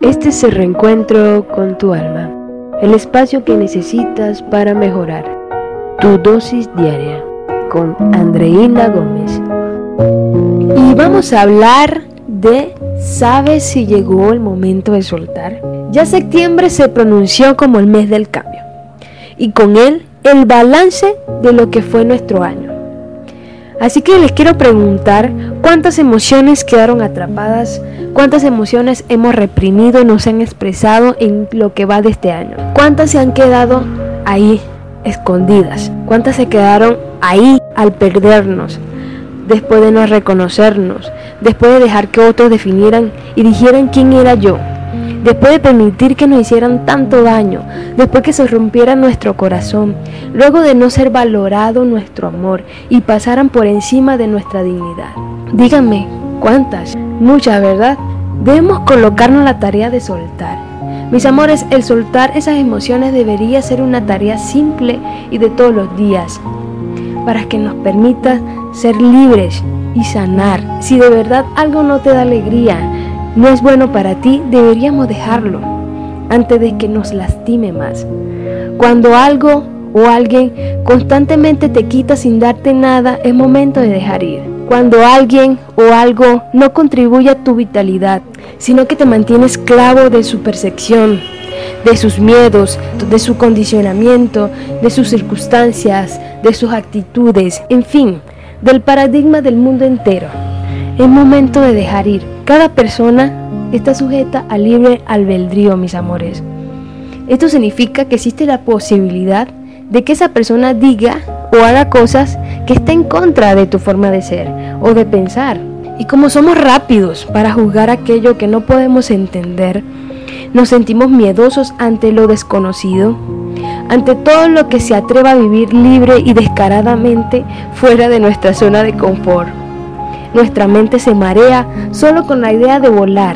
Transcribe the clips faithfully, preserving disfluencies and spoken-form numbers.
Este es el reencuentro con tu alma, el espacio que necesitas para mejorar. Tu dosis diaria con Andreina Gómez. Y vamos a hablar de ¿sabes si llegó el momento de soltar? Ya septiembre se pronunció como el mes del cambio y con él el balance de lo que fue nuestro año. Así que les quiero preguntar cuántas emociones quedaron atrapadas, cuántas emociones hemos reprimido y no se han expresado en lo que va de este año. Cuántas se han quedado ahí escondidas, cuántas se quedaron ahí al perdernos, después de no reconocernos, después de dejar que otros definieran y dijeran quién era yo, después de permitir que nos hicieran tanto daño, después que se rompiera nuestro corazón, luego de no ser valorado nuestro amor y pasaran por encima de nuestra dignidad. Díganme, ¿cuántas? Muchas, ¿verdad? Debemos colocarnos la tarea de soltar. Mis amores, el soltar esas emociones debería ser una tarea simple y de todos los días, para que nos permita ser libres y sanar. Si de verdad algo no te da alegría, no es bueno para ti, deberíamos dejarlo antes de que nos lastime más. Cuando algo o alguien constantemente te quita sin darte nada, es momento de dejar ir. Cuando alguien o algo no contribuye a tu vitalidad, sino que te mantiene esclavo de su percepción, de sus miedos, de su condicionamiento, de sus circunstancias, de sus actitudes, en fin, del paradigma del mundo entero. Es momento de dejar ir. Cada persona está sujeta al libre albedrío, mis amores. Esto significa que existe la posibilidad de que esa persona diga o haga cosas que estén en contra de tu forma de ser o de pensar. Y como somos rápidos para juzgar aquello que no podemos entender, nos sentimos miedosos ante lo desconocido, ante todo lo que se atreva a vivir libre y descaradamente fuera de nuestra zona de confort. Nuestra mente se marea solo con la idea de volar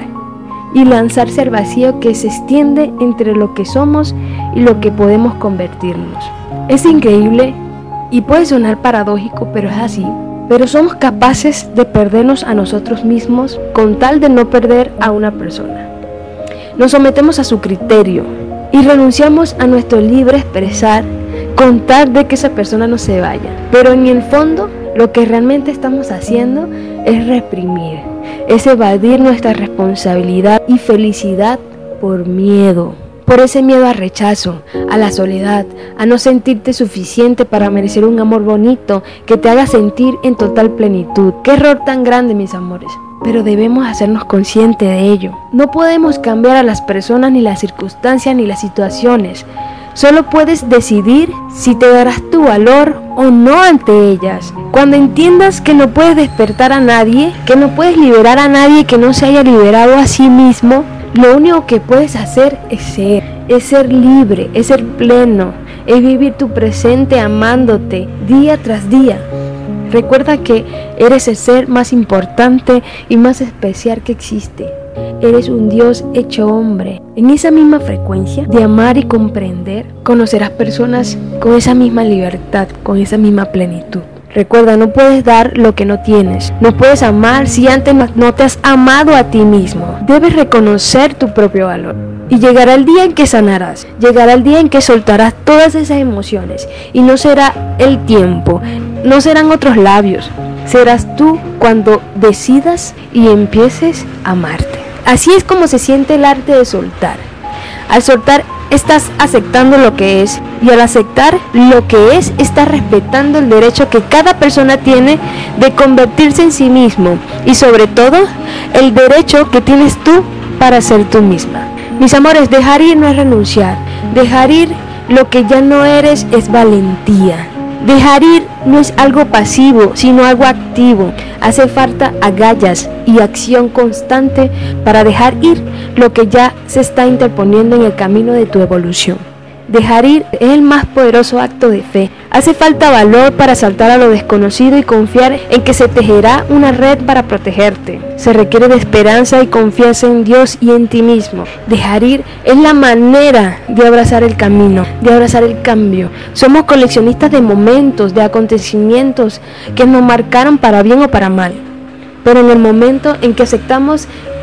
y lanzarse al vacío que se extiende entre lo que somos y lo que podemos convertirnos. Es increíble y puede sonar paradójico, pero es así. Pero somos capaces de perdernos a nosotros mismos con tal de no perder a una persona. Nos sometemos a su criterio y renunciamos a nuestro libre expresar con tal de que esa persona no se vaya. Pero en el fondo, lo que realmente estamos haciendo es reprimir, es evadir nuestra responsabilidad y felicidad por miedo. Por ese miedo al rechazo, a la soledad, a no sentirte suficiente para merecer un amor bonito que te haga sentir en total plenitud. ¡Qué error tan grande, mis amores! Pero debemos hacernos conscientes de ello. No podemos cambiar a las personas, ni las circunstancias, ni las situaciones. Solo puedes decidir si te darás tu valor o no ante ellas. Cuando entiendas que no puedes despertar a nadie, que no puedes liberar a nadie que no se haya liberado a sí mismo, lo único que puedes hacer es ser, es ser libre, es ser pleno, es vivir tu presente amándote día tras día. Recuerda que eres el ser más importante y más especial que existe. Eres un Dios hecho hombre. En esa misma frecuencia de amar y comprender, conocerás personas con esa misma libertad, con esa misma plenitud. Recuerda, no puedes dar lo que no tienes. No puedes amar si antes no te has amado a ti mismo. Debes reconocer tu propio valor. Y llegará el día en que sanarás. Llegará el día en que soltarás todas esas emociones. Y no será el tiempo, no serán otros labios. Serás tú cuando decidas y empieces a amarte. Así es como se siente el arte de soltar. Al soltar estás aceptando lo que es, y al aceptar lo que es, estás respetando el derecho que cada persona tiene de convertirse en sí mismo, y sobre todo el derecho que tienes tú para ser tú misma. Mis amores, dejar ir no es renunciar. Dejar ir lo que ya no eres es valentía. Dejar ir no es algo pasivo, sino algo activo. Hace falta agallas y acción constante para dejar ir lo que ya se está interponiendo en el camino de tu evolución. Dejar ir es el más poderoso acto de fe. Hace falta valor para saltar a lo desconocido y confiar en que se tejerá una red para protegerte. Se requiere de esperanza y confianza en Dios y en ti mismo. Dejar ir es la manera de abrazar el camino, de abrazar el cambio. Somos coleccionistas de momentos, de acontecimientos que nos marcaron para bien o para mal. Pero en el momento en que aceptamos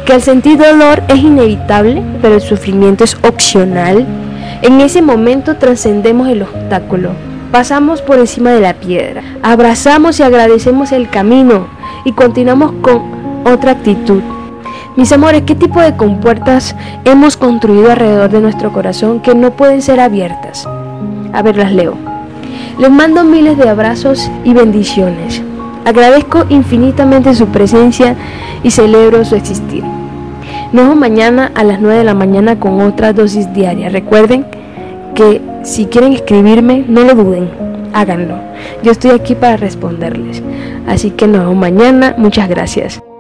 que el sentir dolor es inevitable, pero el sufrimiento es opcional. En ese momento trascendemos el obstáculo, pasamos por encima de la piedra, abrazamos y agradecemos el camino y continuamos con otra actitud. Mis amores, ¿qué tipo de compuertas hemos construido alrededor de nuestro corazón que no pueden ser abiertas? A ver, las leo. Les mando miles de abrazos y bendiciones. Agradezco infinitamente su presencia y celebro su existir. Nos vemos mañana a las nueve de la mañana con otra dosis diaria. Recuerden que si quieren escribirme, no lo duden, háganlo. Yo estoy aquí para responderles. Así que nos vemos mañana. Muchas gracias.